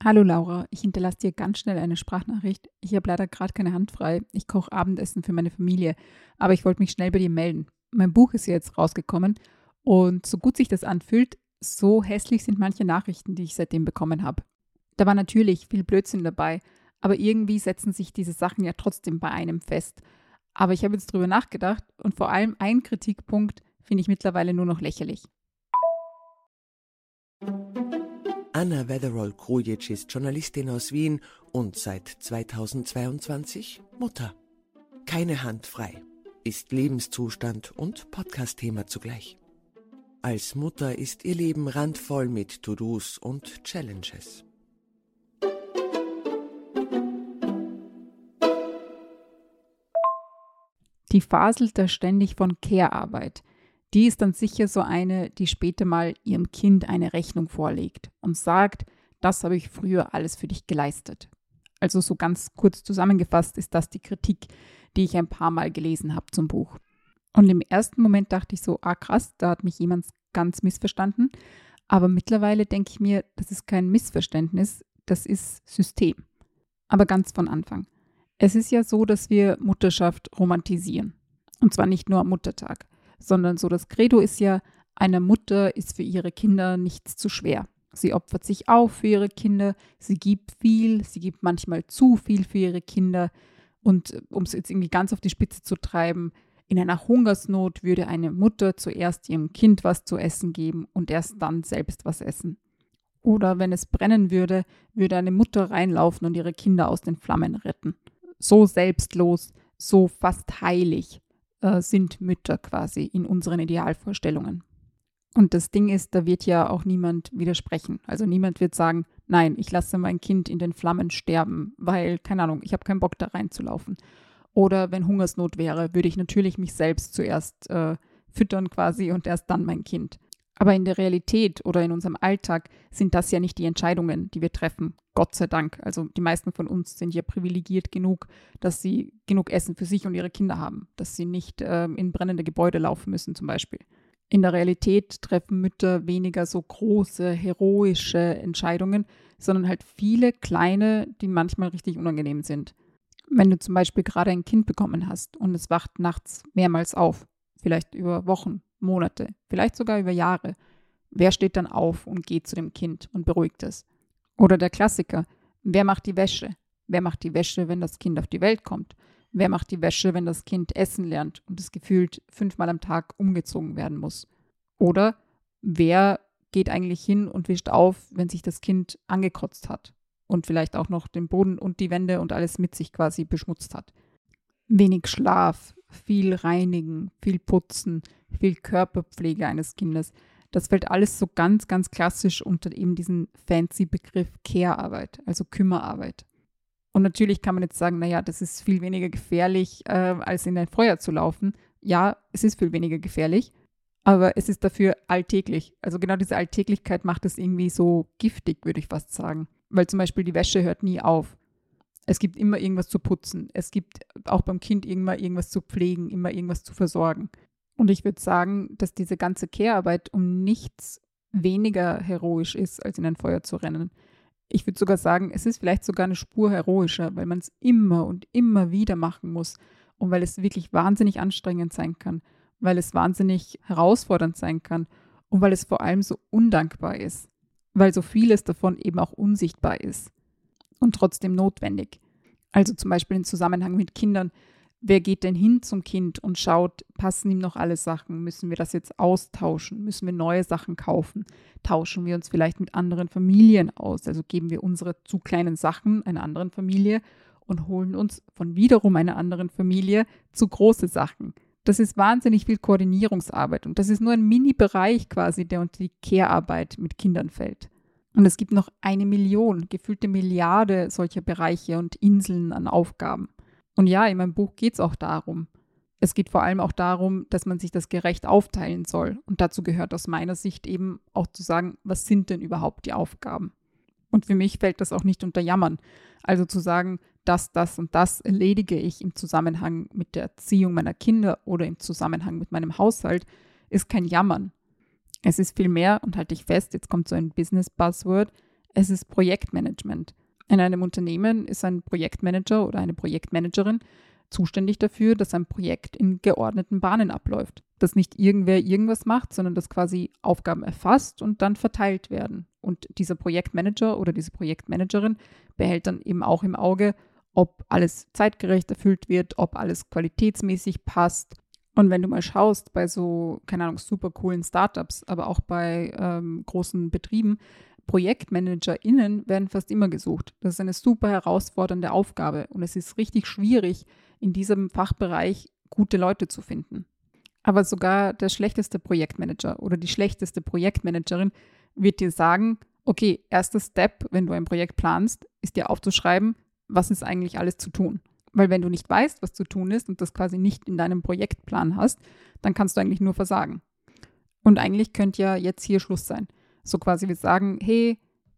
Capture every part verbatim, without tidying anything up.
Hallo Laura, ich hinterlasse dir ganz schnell eine Sprachnachricht. Ich habe leider gerade keine Hand frei. Ich koche Abendessen für meine Familie, aber ich wollte mich schnell bei dir melden. Mein Buch ist ja jetzt rausgekommen und so gut sich das anfühlt, so hässlich sind manche Nachrichten, die ich seitdem bekommen habe. Da war natürlich viel Blödsinn dabei, aber irgendwie setzen sich diese Sachen ja trotzdem bei einem fest. Aber ich habe jetzt drüber nachgedacht und vor allem ein Kritikpunkt finde ich mittlerweile nur noch lächerlich. Anna Wetherall-Krujic ist Journalistin aus Wien und seit zweitausendzweiundzwanzig Mutter. Keine Hand frei, ist Lebenszustand und Podcast-Thema zugleich. Als Mutter ist ihr Leben randvoll mit To-Dos und Challenges. Die faselt da ständig von Care-Arbeit. Die ist dann sicher so eine, die später mal ihrem Kind eine Rechnung vorlegt und sagt, das habe ich früher alles für dich geleistet. Also so ganz kurz zusammengefasst ist das die Kritik, die ich ein paar Mal gelesen habe zum Buch. Und im ersten Moment dachte ich so, ah krass, da hat mich jemand ganz missverstanden. Aber mittlerweile denke ich mir, das ist kein Missverständnis, das ist System. Aber ganz von Anfang. Es ist ja so, dass wir Mutterschaft romantisieren. Und zwar nicht nur am Muttertag, sondern so das Credo ist ja, eine Mutter ist für ihre Kinder nichts zu schwer. Sie opfert sich auf für ihre Kinder, sie gibt viel, sie gibt manchmal zu viel für ihre Kinder. Und um es jetzt irgendwie ganz auf die Spitze zu treiben, in einer Hungersnot würde eine Mutter zuerst ihrem Kind was zu essen geben und erst dann selbst was essen. Oder wenn es brennen würde, würde eine Mutter reinlaufen und ihre Kinder aus den Flammen retten. So selbstlos, so fast heilig äh, sind Mütter quasi in unseren Idealvorstellungen. Und das Ding ist, da wird ja auch niemand widersprechen. Also niemand wird sagen, nein, ich lasse mein Kind in den Flammen sterben, weil, keine Ahnung, ich habe keinen Bock da reinzulaufen. Oder wenn Hungersnot wäre, würde ich natürlich mich selbst zuerst äh, füttern quasi und erst dann mein Kind. Aber in der Realität oder in unserem Alltag sind das ja nicht die Entscheidungen, die wir treffen. Gott sei Dank. Also die meisten von uns sind ja privilegiert genug, dass sie genug Essen für sich und ihre Kinder haben. Dass sie nicht äh, in brennende Gebäude laufen müssen zum Beispiel. In der Realität treffen Mütter weniger so große, heroische Entscheidungen, sondern halt viele kleine, die manchmal richtig unangenehm sind. Wenn du zum Beispiel gerade ein Kind bekommen hast und es wacht nachts mehrmals auf, vielleicht über Wochen, Monate, vielleicht sogar über Jahre, wer steht dann auf und geht zu dem Kind und beruhigt es? Oder der Klassiker, wer macht die Wäsche? Wer macht die Wäsche, wenn das Kind auf die Welt kommt? Wer macht die Wäsche, wenn das Kind essen lernt und es gefühlt fünfmal am Tag umgezogen werden muss? Oder wer geht eigentlich hin und wischt auf, wenn sich das Kind angekotzt hat und vielleicht auch noch den Boden und die Wände und alles mit sich quasi beschmutzt hat? Wenig Schlaf, viel Reinigen, viel Putzen, viel Körperpflege eines Kindes. Das fällt alles so ganz, ganz klassisch unter eben diesen fancy Begriff Care-Arbeit, also Kümmerarbeit. Und natürlich kann man jetzt sagen, naja, das ist viel weniger gefährlich, äh, als in ein Feuer zu laufen. Ja, es ist viel weniger gefährlich, aber es ist dafür alltäglich. Also genau diese Alltäglichkeit macht es irgendwie so giftig, würde ich fast sagen. Weil zum Beispiel die Wäsche hört nie auf. Es gibt immer irgendwas zu putzen. Es gibt auch beim Kind immer irgendwas zu pflegen, immer irgendwas zu versorgen. Und ich würde sagen, dass diese ganze Care-Arbeit um nichts weniger heroisch ist, als in ein Feuer zu rennen. Ich würde sogar sagen, es ist vielleicht sogar eine Spur heroischer, weil man es immer und immer wieder machen muss und weil es wirklich wahnsinnig anstrengend sein kann, weil es wahnsinnig herausfordernd sein kann und weil es vor allem so undankbar ist, weil so vieles davon eben auch unsichtbar ist und trotzdem notwendig. Also zum Beispiel im Zusammenhang mit Kindern. Wer geht denn hin zum Kind und schaut, passen ihm noch alle Sachen? Müssen wir das jetzt austauschen? Müssen wir neue Sachen kaufen? Tauschen wir uns vielleicht mit anderen Familien aus? Also geben wir unsere zu kleinen Sachen einer anderen Familie und holen uns von wiederum einer anderen Familie zu große Sachen. Das ist wahnsinnig viel Koordinierungsarbeit und das ist nur ein Mini-Bereich quasi, der unter die Care-Arbeit mit Kindern fällt. Und es gibt noch eine Million, gefühlte Milliarde solcher Bereiche und Inseln an Aufgaben. Und ja, in meinem Buch geht es auch darum. Es geht vor allem auch darum, dass man sich das gerecht aufteilen soll. Und dazu gehört aus meiner Sicht eben auch zu sagen, was sind denn überhaupt die Aufgaben? Und für mich fällt das auch nicht unter Jammern. Also zu sagen, das, das und das erledige ich im Zusammenhang mit der Erziehung meiner Kinder oder im Zusammenhang mit meinem Haushalt, ist kein Jammern. Es ist vielmehr, und halte ich fest, jetzt kommt so ein Business-Buzzword, Es ist Projektmanagement. In einem Unternehmen ist ein Projektmanager oder eine Projektmanagerin zuständig dafür, dass ein Projekt in geordneten Bahnen abläuft. Dass nicht irgendwer irgendwas macht, sondern dass quasi Aufgaben erfasst und dann verteilt werden. Und dieser Projektmanager oder diese Projektmanagerin behält dann eben auch im Auge, ob alles zeitgerecht erfüllt wird, ob alles qualitätsmäßig passt. Und wenn du mal schaust bei so, keine Ahnung, super coolen Startups, aber auch bei ähm, großen Betrieben, ProjektmanagerInnen werden fast immer gesucht. Das ist eine super herausfordernde Aufgabe und es ist richtig schwierig, in diesem Fachbereich gute Leute zu finden. Aber sogar der schlechteste Projektmanager oder die schlechteste Projektmanagerin wird dir sagen, okay, erster Step, wenn du ein Projekt planst, ist dir aufzuschreiben, was ist eigentlich alles zu tun. Weil wenn du nicht weißt, was zu tun ist und das quasi nicht in deinem Projektplan hast, dann kannst du eigentlich nur versagen. Und eigentlich könnte ja jetzt hier Schluss sein. So quasi wir sagen, hey,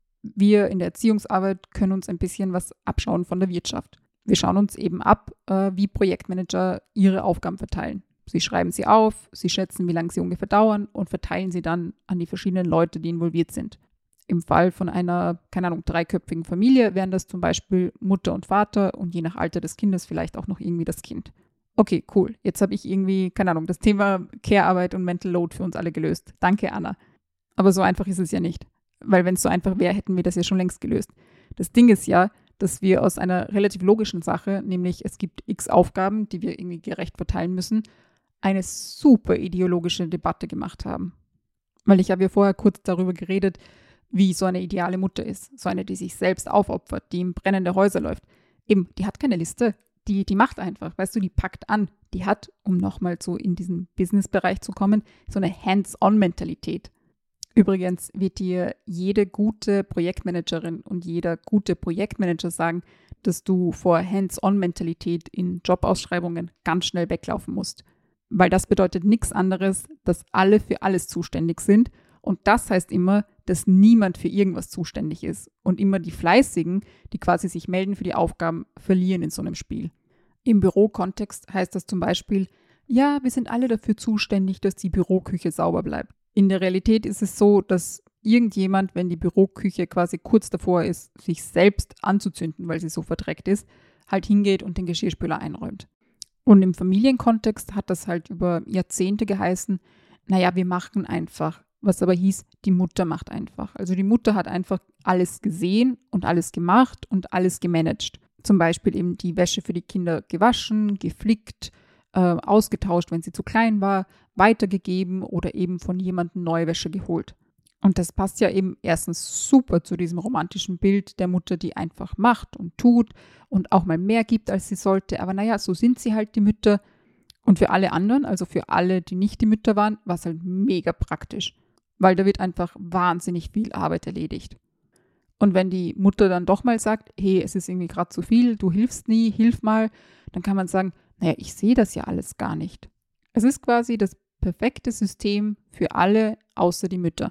wir in der Erziehungsarbeit können uns ein bisschen was abschauen von der Wirtschaft. Wir schauen uns eben ab, äh, wie Projektmanager ihre Aufgaben verteilen. Sie schreiben sie auf, sie schätzen, wie lange sie ungefähr dauern und verteilen sie dann an die verschiedenen Leute, die involviert sind. Im Fall von einer, keine Ahnung, dreiköpfigen Familie wären das zum Beispiel Mutter und Vater und je nach Alter des Kindes vielleicht auch noch irgendwie das Kind. Okay, cool. Jetzt habe ich irgendwie, keine Ahnung, das Thema Care-Arbeit und Mental Load für uns alle gelöst. Danke, Anna. Aber so einfach ist es ja nicht. Weil wenn es so einfach wäre, hätten wir das ja schon längst gelöst. Das Ding ist ja, dass wir aus einer relativ logischen Sache, nämlich es gibt x Aufgaben, die wir irgendwie gerecht verteilen müssen, eine super ideologische Debatte gemacht haben. Weil ich habe ja vorher kurz darüber geredet, wie so eine ideale Mutter ist. So eine, die sich selbst aufopfert, die in brennende Häuser läuft. Eben, die hat keine Liste. Die, die macht einfach, weißt du, die packt an. Die hat, um nochmal so in diesen Business-Bereich zu kommen, so eine Hands-on-Mentalität. Übrigens wird dir jede gute Projektmanagerin und jeder gute Projektmanager sagen, dass du vor Hands-on-Mentalität in Jobausschreibungen ganz schnell weglaufen musst. Weil das bedeutet nichts anderes, dass alle für alles zuständig sind. Und das heißt immer, dass niemand für irgendwas zuständig ist. Und immer die Fleißigen, die quasi sich melden für die Aufgaben, verlieren in so einem Spiel. Im Bürokontext heißt das zum Beispiel, ja, wir sind alle dafür zuständig, dass die Büroküche sauber bleibt. In der Realität ist es so, dass irgendjemand, wenn die Büroküche quasi kurz davor ist, sich selbst anzuzünden, weil sie so verdreckt ist, halt hingeht und den Geschirrspüler einräumt. Und im Familienkontext hat das halt über Jahrzehnte geheißen, naja, wir machen einfach. Was aber hieß, die Mutter macht einfach. Also die Mutter hat einfach alles gesehen und alles gemacht und alles gemanagt. Zum Beispiel eben die Wäsche für die Kinder gewaschen, geflickt, äh, ausgetauscht, wenn sie zu klein war, weitergegeben oder eben von jemandem neue Wäsche geholt. Und das passt ja eben erstens super zu diesem romantischen Bild der Mutter, die einfach macht und tut und auch mal mehr gibt, als sie sollte. Aber naja, so sind sie halt die Mütter. Und für alle anderen, also für alle, die nicht die Mütter waren, war es halt mega praktisch. Weil da wird einfach wahnsinnig viel Arbeit erledigt. Und wenn die Mutter dann doch mal sagt, hey, es ist irgendwie gerade zu viel, du hilfst nie, hilf mal, dann kann man sagen, naja, ich sehe das ja alles gar nicht. Es ist quasi das perfekte System für alle außer die Mütter.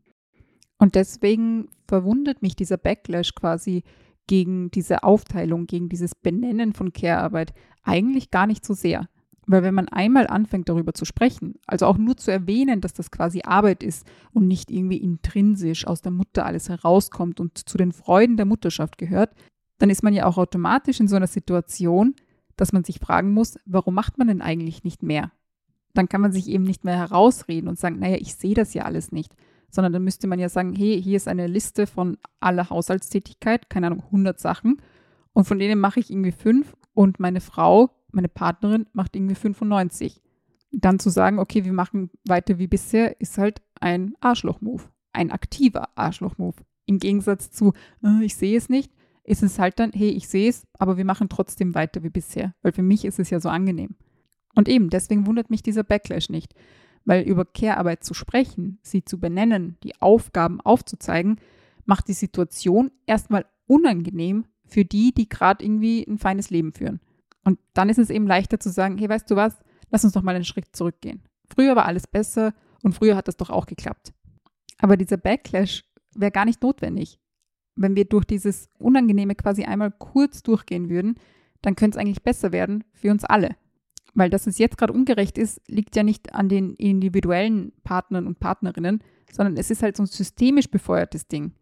Und deswegen verwundert mich dieser Backlash quasi gegen diese Aufteilung, gegen dieses Benennen von Care-Arbeit eigentlich gar nicht so sehr. Weil wenn man einmal anfängt, darüber zu sprechen, also auch nur zu erwähnen, dass das quasi Arbeit ist und nicht irgendwie intrinsisch aus der Mutter alles herauskommt und zu den Freuden der Mutterschaft gehört, dann ist man ja auch automatisch in so einer Situation, dass man sich fragen muss, warum macht man denn eigentlich nicht mehr? Dann kann man sich eben nicht mehr herausreden und sagen, naja, ich sehe das ja alles nicht. Sondern dann müsste man ja sagen, hey, hier ist eine Liste von aller Haushaltstätigkeit, keine Ahnung, hundert Sachen und von denen mache ich irgendwie fünf und meine Frau, meine Partnerin macht irgendwie fünfundneunzig. Dann zu sagen, okay, wir machen weiter wie bisher, ist halt ein Arschloch-Move, ein aktiver Arschloch-Move. Im Gegensatz zu, äh, ich sehe es nicht, ist es halt dann, hey, ich sehe es, aber wir machen trotzdem weiter wie bisher, weil für mich ist es ja so angenehm. Und eben, deswegen wundert mich dieser Backlash nicht. Weil über Care-Arbeit zu sprechen, sie zu benennen, die Aufgaben aufzuzeigen, macht die Situation erstmal unangenehm für die, die gerade irgendwie ein feines Leben führen. Und dann ist es eben leichter zu sagen, hey, weißt du was, lass uns doch mal einen Schritt zurückgehen. Früher war alles besser und früher hat das doch auch geklappt. Aber dieser Backlash wäre gar nicht notwendig. Wenn wir durch dieses Unangenehme quasi einmal kurz durchgehen würden, dann könnte es eigentlich besser werden für uns alle. Weil dass es jetzt gerade ungerecht ist, liegt ja nicht an den individuellen Partnern und Partnerinnen, sondern es ist halt so ein systemisch befeuertes Ding.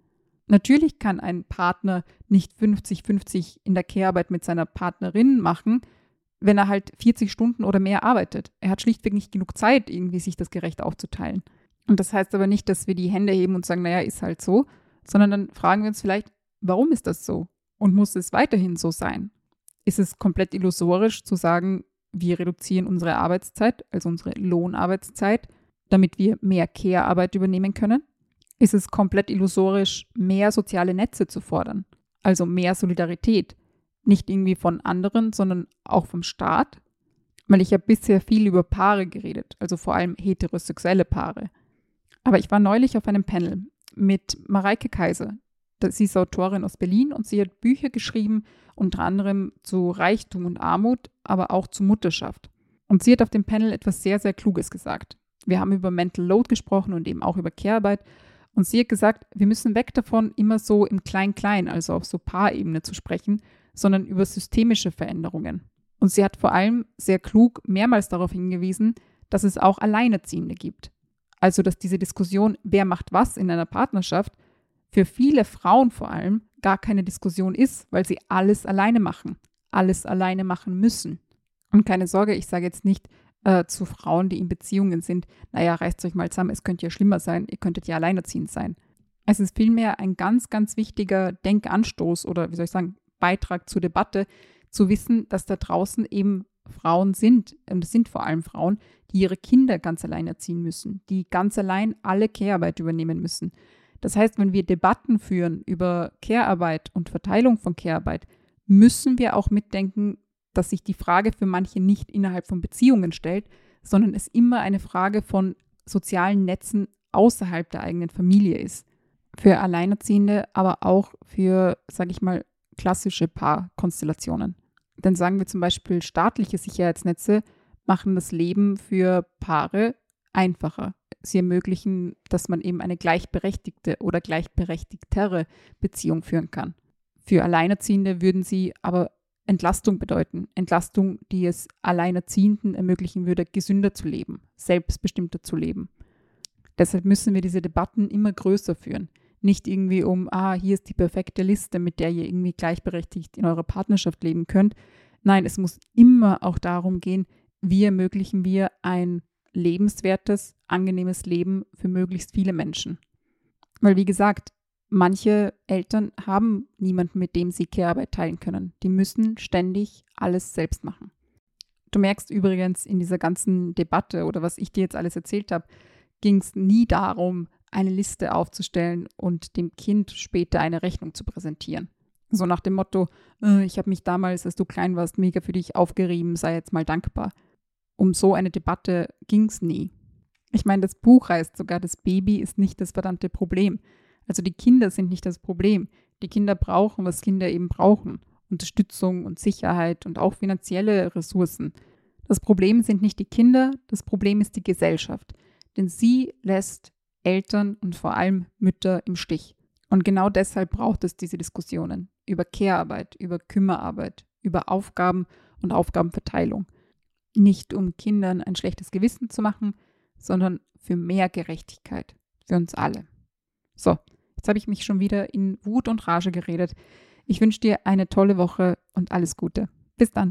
Natürlich kann ein Partner nicht fünfzig fünfzig in der Care-Arbeit mit seiner Partnerin machen, wenn er halt vierzig Stunden oder mehr arbeitet. Er hat schlichtweg nicht genug Zeit, irgendwie sich das gerecht aufzuteilen. Und das heißt aber nicht, dass wir die Hände heben und sagen, naja, ist halt so, sondern dann fragen wir uns vielleicht, warum ist das so? Und muss es weiterhin so sein? Ist es komplett illusorisch zu sagen, wir reduzieren unsere Arbeitszeit, also unsere Lohnarbeitszeit, damit wir mehr Care-Arbeit übernehmen können? Ist es komplett illusorisch, mehr soziale Netze zu fordern, also mehr Solidarität? Nicht irgendwie von anderen, sondern auch vom Staat? Weil ich habe bisher viel über Paare geredet, also vor allem heterosexuelle Paare. Aber ich war neulich auf einem Panel mit Mareike Kaiser. Sie ist Autorin aus Berlin und sie hat Bücher geschrieben, unter anderem zu Reichtum und Armut, aber auch zu Mutterschaft. Und sie hat auf dem Panel etwas sehr, sehr Kluges gesagt. Wir haben über Mental Load gesprochen und eben auch über Care-Arbeit. Und sie hat gesagt, wir müssen weg davon, immer so im Klein-Klein, also auf so Paarebene zu sprechen, sondern über systemische Veränderungen. Und sie hat vor allem sehr klug mehrmals darauf hingewiesen, dass es auch Alleinerziehende gibt. Also, dass diese Diskussion, wer macht was in einer Partnerschaft, für viele Frauen vor allem gar keine Diskussion ist, weil sie alles alleine machen, alles alleine machen müssen. Und keine Sorge, ich sage jetzt nicht äh, zu Frauen, die in Beziehungen sind, naja, reißt euch mal zusammen, es könnte ja schlimmer sein, ihr könntet ja alleinerziehend sein. Es ist vielmehr ein ganz, ganz wichtiger Denkanstoß oder, wie soll ich sagen, Beitrag zur Debatte, zu wissen, dass da draußen eben Frauen sind, und es sind vor allem Frauen, die ihre Kinder ganz allein erziehen müssen, die ganz allein alle Care-Arbeit übernehmen müssen. Das heißt, wenn wir Debatten führen über Care-Arbeit und Verteilung von Care-Arbeit, müssen wir auch mitdenken, dass sich die Frage für manche nicht innerhalb von Beziehungen stellt, sondern es immer eine Frage von sozialen Netzen außerhalb der eigenen Familie ist. Für Alleinerziehende, aber auch für, sage ich mal, klassische Paarkonstellationen. Denn sagen wir zum Beispiel, staatliche Sicherheitsnetze machen das Leben für Paare einfacher. Sie ermöglichen, dass man eben eine gleichberechtigte oder gleichberechtigtere Beziehung führen kann. Für Alleinerziehende würden sie aber Entlastung bedeuten. Entlastung, die es Alleinerziehenden ermöglichen würde, gesünder zu leben, selbstbestimmter zu leben. Deshalb müssen wir diese Debatten immer größer führen. Nicht irgendwie um, ah, hier ist die perfekte Liste, mit der ihr irgendwie gleichberechtigt in eurer Partnerschaft leben könnt. Nein, es muss immer auch darum gehen, wie ermöglichen wir ein lebenswertes, angenehmes Leben für möglichst viele Menschen. Weil, wie gesagt, manche Eltern haben niemanden, mit dem sie Care-Arbeit teilen können. Die müssen ständig alles selbst machen. Du merkst übrigens in dieser ganzen Debatte oder was ich dir jetzt alles erzählt habe, ging es nie darum, eine Liste aufzustellen und dem Kind später eine Rechnung zu präsentieren. So nach dem Motto, äh, ich habe mich damals, als du klein warst, mega für dich aufgerieben, sei jetzt mal dankbar. Um so eine Debatte ging es nie. Ich meine, das Buch heißt sogar, das Baby ist nicht das verdammte Problem. Also die Kinder sind nicht das Problem. Die Kinder brauchen, was Kinder eben brauchen. Unterstützung und Sicherheit und auch finanzielle Ressourcen. Das Problem sind nicht die Kinder, das Problem ist die Gesellschaft. Denn sie lässt Eltern und vor allem Mütter im Stich. Und genau deshalb braucht es diese Diskussionen über Care-Arbeit, über Kümmerarbeit, über Aufgaben und Aufgabenverteilung. Nicht um Kindern ein schlechtes Gewissen zu machen, sondern für mehr Gerechtigkeit, für uns alle. So, jetzt habe ich mich schon wieder in Wut und Rage geredet. Ich wünsche dir eine tolle Woche und alles Gute. Bis dann.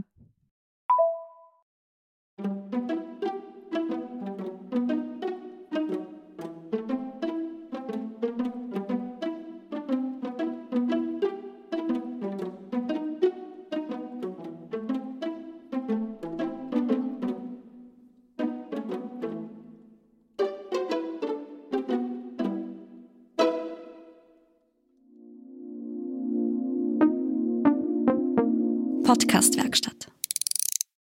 Podcast-Werkstatt.